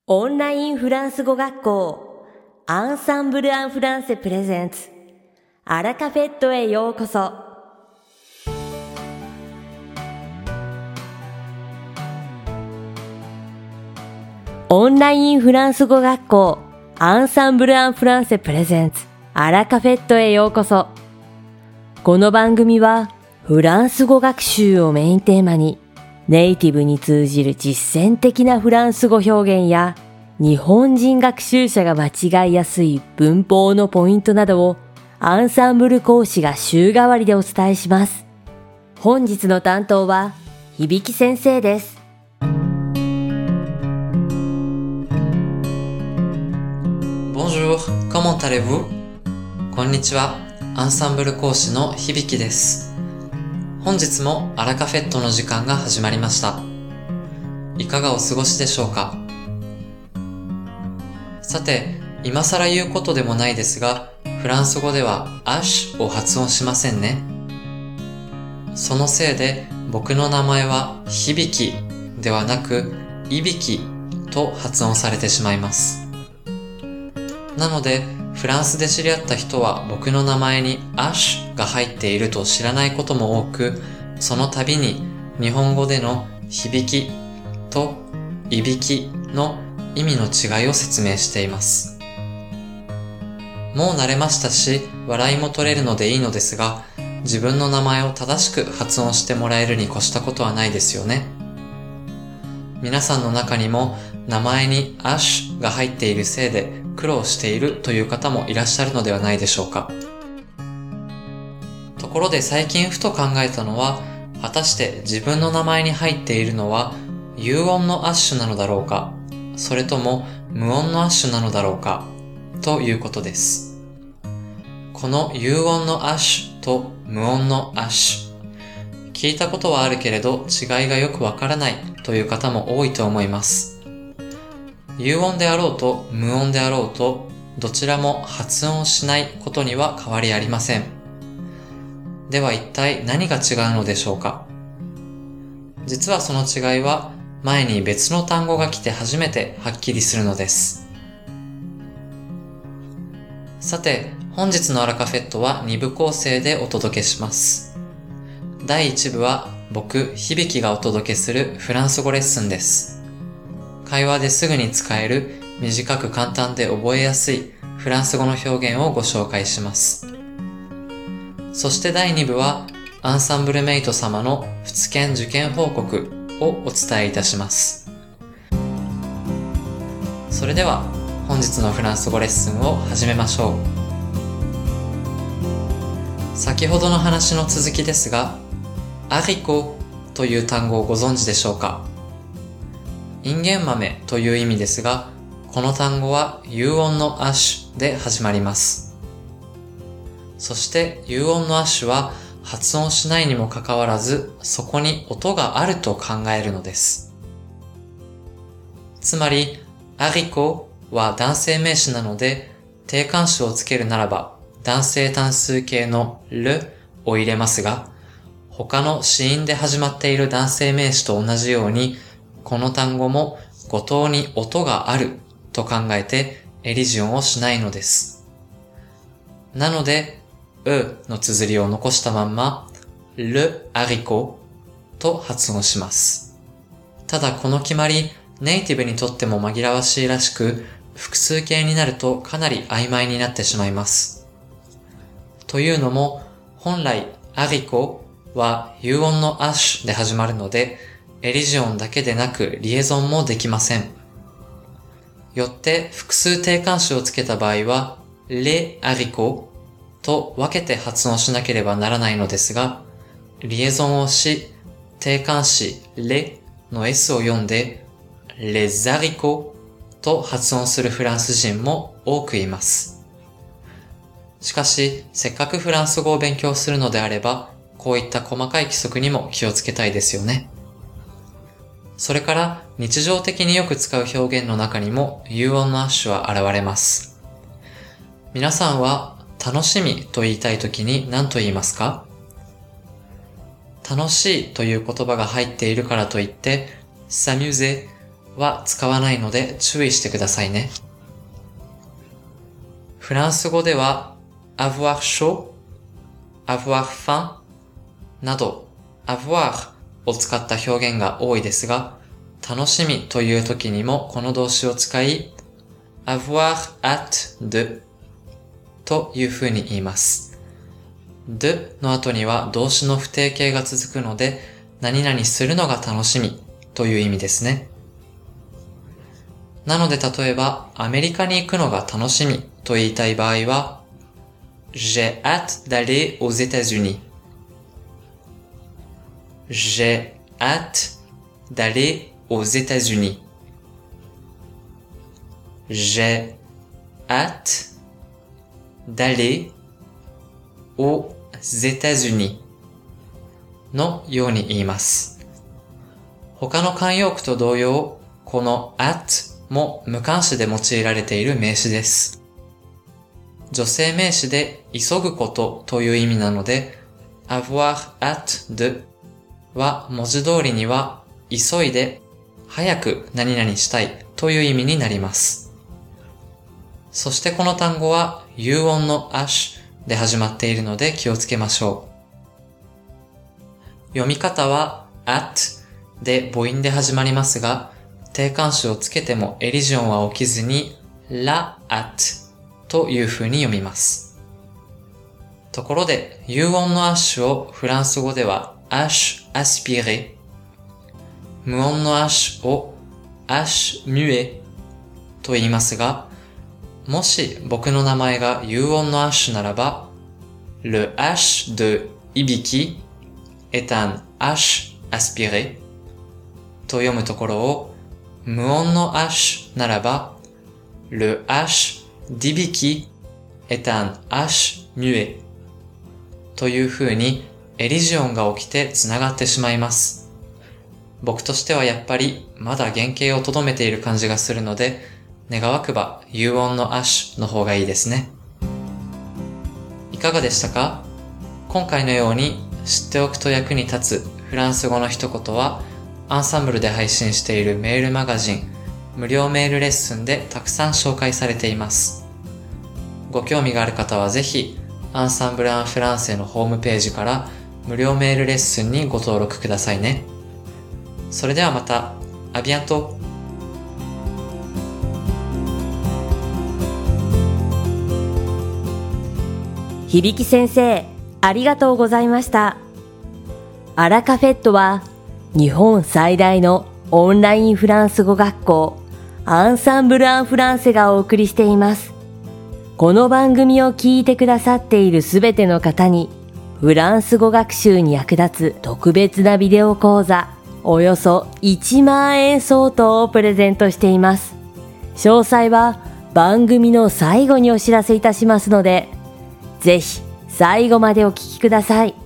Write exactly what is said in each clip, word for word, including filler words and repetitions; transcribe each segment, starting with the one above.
オンラインフランス語学校アンサンブル・アン・フランセプレゼンツアラカフェットへようこそ。オンラインフランス語学校アンサンブル・アン・フランセプレゼンツアラカフェットへようこそ。この番組はフランス語学習をメインテーマにネイティブに通じる実践的なフランス語表現や日本人学習者が間違いやすい文法のポイントなどをアンサンブル講師が週替わりでお伝えします。本日の担当は響先生です。 Bonjour, comment allez-vous? こんにちは、アンサンブル講師の響です。本日もアラカフェットの時間が始まりました。いかがお過ごしでしょうか？さて、今更言うことでもないですが、フランス語ではアッシュを発音しませんね。そのせいで僕の名前は響ではなくいびきと発音されてしまいます。なので、フランスで知り合った人は僕の名前にアッシュが入っていると知らないことも多く、その度に日本語での響きといびきの意味の違いを説明しています。もう慣れましたし、笑いも取れるのでいいのですが、自分の名前を正しく発音してもらえるに越したことはないですよね。皆さんの中にも名前にアッシュが入っているせいで苦労しているという方もいらっしゃるのではないでしょうか。ところで最近ふと考えたのは、果たして自分の名前に入っているのは有音のアッシュなのだろうか、それとも無音のアッシュなのだろうかということです。この有音のアッシュと無音のアッシュ、聞いたことはあるけれど違いがよくわからないという方も多いと思います。有音であろうと無音であろうとどちらも発音しないことには変わりありません。では一体何が違うのでしょうか？実はその違いは前に別の単語が来て初めてはっきりするのです。さて、本日のアラカフェットはに部構成でお届けします。だいいち部は僕、響がお届けするフランス語レッスンです。会話ですぐに使える短く簡単で覚えやすいフランス語の表現をご紹介します。そしてだいに部はアンサンブルメイト様の仏研受験報告をお伝えいたします。それでは本日のフランス語レッスンを始めましょう。先ほどの話の続きですが、アリコという単語をご存知でしょうか？インゲン豆という意味ですが、この単語は有音のアッシュで始まります。そして有音のアッシュは発音しないにもかかわらず、そこに音があると考えるのです。つまり、アリコは男性名詞なので、定冠詞をつけるならば、男性単数形のルを入れますが、他の子音で始まっている男性名詞と同じように、この単語も語頭に音があると考えてエリジオンをしないのです。なので、うの綴りを残したまんま、le haricot と発音します。ただこの決まり、ネイティブにとっても紛らわしいらしく、複数形になるとかなり曖昧になってしまいます。というのも、本来 haricot は有音のアッシュで始まるので、エリジオンだけでなくリエゾンもできません。よって複数定冠詞をつけた場合は、les haricots と分けて発音しなければならないのですが、リエゾンをし、定冠詞 les の s を読んで、les haricots と発音するフランス人も多くいます。しかし、せっかくフランス語を勉強するのであれば、こういった細かい規則にも気をつけたいですよね。それから日常的によく使う表現の中にも有音のアッシュは現れます。皆さんは楽しみと言いたいときに何と言いますか？楽しいという言葉が入っているからといってs'amuser は使わないので注意してくださいね。フランス語では avoir chaud、avoir faim など avoir を使った表現が多いですが、楽しみという時にもこの動詞を使い avoir hâte de という風に言います。de の後には動詞の不定形が続くので、何々するのが楽しみという意味ですね。なので例えばアメリカに行くのが楽しみと言いたい場合は j'ai hâte d'aller aux États-Unis. J'ai hâte d'aller aux États-Unis. J'ai hâte d'aller aux États-Unis のように言います。他の慣用句と同様、この at も無冠詞で用いられている名詞です。女性名詞で急ぐことという意味なので、avoir hâte de は文字通りには急いで早く何々したいという意味になります。そしてこの単語は有音の ash で始まっているので気をつけましょう。読み方は at で母音で始まりますが、定冠詞をつけてもエリジオンは起きずに la at という風に読みます。ところで有音の ash をフランス語では ash aspiré、無音の ash を ash muet と言いますが、もし僕の名前が有音の ash ならば、le H de いびき est un H aspiré と読むところを、無音の ash ならば、le H d'yびき est un H muet という風にエリジオンが起きてつながってしまいます。僕としてはやっぱりまだ原型をとどめている感じがするので、願わくば有音の ash の方がいいですね。いかがでしたか？今回のように知っておくと役に立つフランス語の一言は、アンサンブルで配信しているメールマガジン、無料メールレッスンでたくさん紹介されています。ご興味がある方はぜひ、アンサンブル・アン・フランセのホームページから無料メールレッスンにご登録くださいね。それではまた、アビアント。 響先生、ありがとうございました。アラカフェットは日本最大のオンラインフランス語学校アンサンブル・アン・フランセがお送りしています。この番組を聞いてくださっているすべての方にフランス語学習に役立つ特別なビデオ講座およそいちまんえん相当をプレゼントしています。詳細は番組の最後にお知らせいたしますので、ぜひ最後までお聞きください。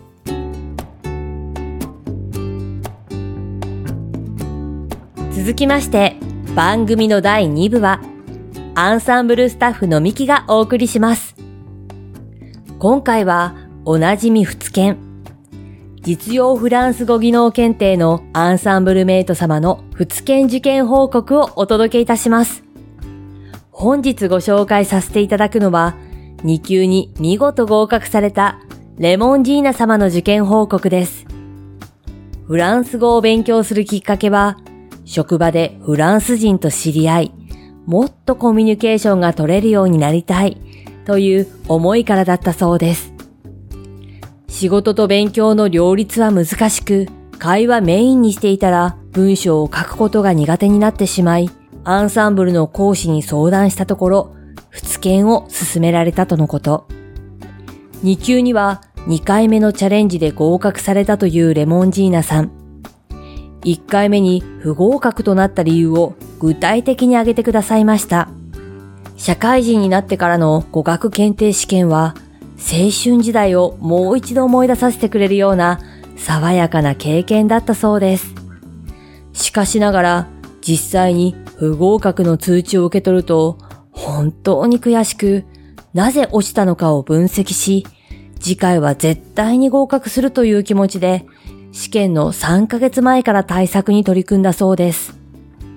続きまして番組のだいに部はアンサンブルスタッフのミキがお送りします。今回はおなじみ仏検、実用フランス語技能検定のアンサンブルメイト様の仏検受験報告をお届けいたします。本日ご紹介させていただくのは、に級に見事合格されたレモンジーナ様の受験報告です。フランス語を勉強するきっかけは、職場でフランス人と知り合い、もっとコミュニケーションが取れるようになりたいという思いからだったそうです。仕事と勉強の両立は難しく、会話メインにしていたら文章を書くことが苦手になってしまい、アンサンブルの講師に相談したところ、仏検を勧められたとのこと。に級にはにかいめのチャレンジで合格されたというレモンジーナさん。いっかいめに不合格となった理由を具体的に挙げてくださいました。社会人になってからの語学検定試験は、青春時代をもう一度思い出させてくれるような爽やかな経験だったそうです。しかしながら、実際に不合格の通知を受け取ると、本当に悔しく、なぜ落ちたのかを分析し、次回は絶対に合格するという気持ちで、試験のさんかげつまえから対策に取り組んだそうです。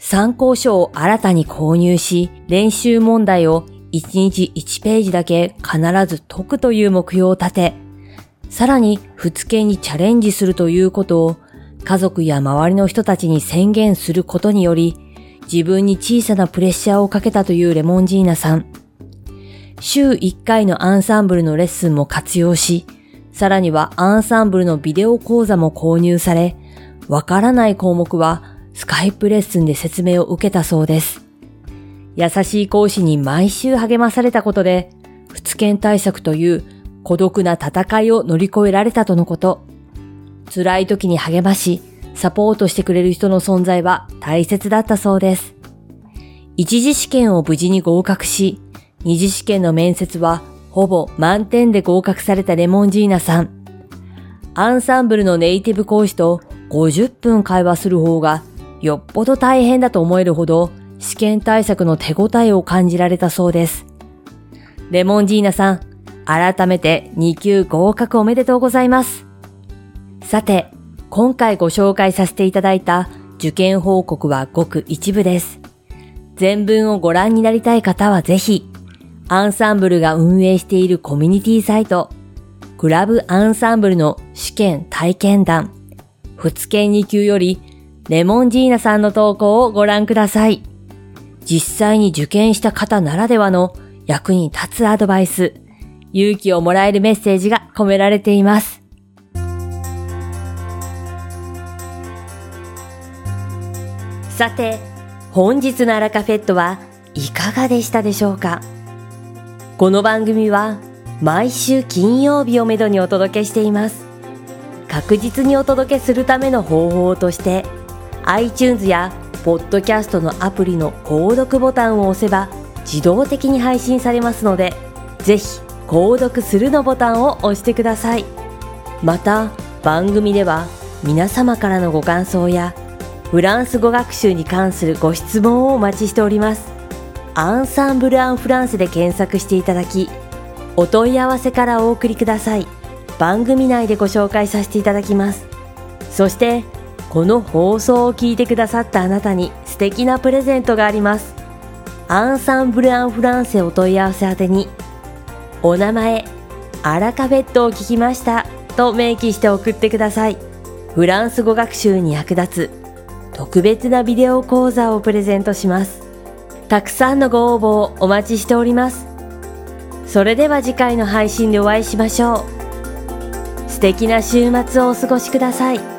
参考書を新たに購入し、練習問題をいちにちいちページだけ必ず解くという目標を立て、さらに仏研にチャレンジするということを家族や周りの人たちに宣言することにより、自分に小さなプレッシャーをかけたというレモンジーナさん。週いっかいのアンサンブルのレッスンも活用し、さらにはアンサンブルのビデオ講座も購入され、わからない項目はスカイプレッスンで説明を受けたそうです。優しい講師に毎週励まされたことで、仏研対策という孤独な戦いを乗り越えられたとのこと。辛い時に励まし、サポートしてくれる人の存在は大切だったそうです。一次試験を無事に合格し、二次試験の面接はほぼ満点で合格されたレモンジーナさん。アンサンブルのネイティブ講師とごじゅっぷん会話する方がよっぽど大変だと思えるほど試験対策の手応えを感じられたそうです。レモンジーナさん、改めてに級合格おめでとうございます。さて、今回ご紹介させていただいた受験報告はごく一部です。全文をご覧になりたい方はぜひ、アンサンブルが運営しているコミュニティサイト、クラブアンサンブルの試験体験談、仏研に級より、レモンジーナさんの投稿をご覧ください。実際に受験した方ならではの役に立つアドバイス、勇気をもらえるメッセージが込められています。さて、本日のアラカフェットはいかがでしたでしょうか。この番組は毎週金曜日をめどにお届けしています。確実にお届けするための方法として、iTunes やポッドキャストのアプリの購読ボタンを押せば自動的に配信されますので、ぜひ購読するのボタンを押してください。また、番組では皆様からのご感想やフランス語学習に関するご質問をお待ちしております。アンサンブル・アン・フランセで検索していただき、お問い合わせからお送りください。番組内でご紹介させていただきます。そして、この放送を聞いてくださったあなたに素敵なプレゼントがあります。アンサンブル・アン・フランセお問い合わせ宛てに、お名前、アラカフェットを聞きましたと明記して送ってください。フランス語学習に役立つ特別なビデオ講座をプレゼントします。たくさんのご応募をお待ちしております。それでは次回の配信でお会いしましょう。素敵な週末をお過ごしください。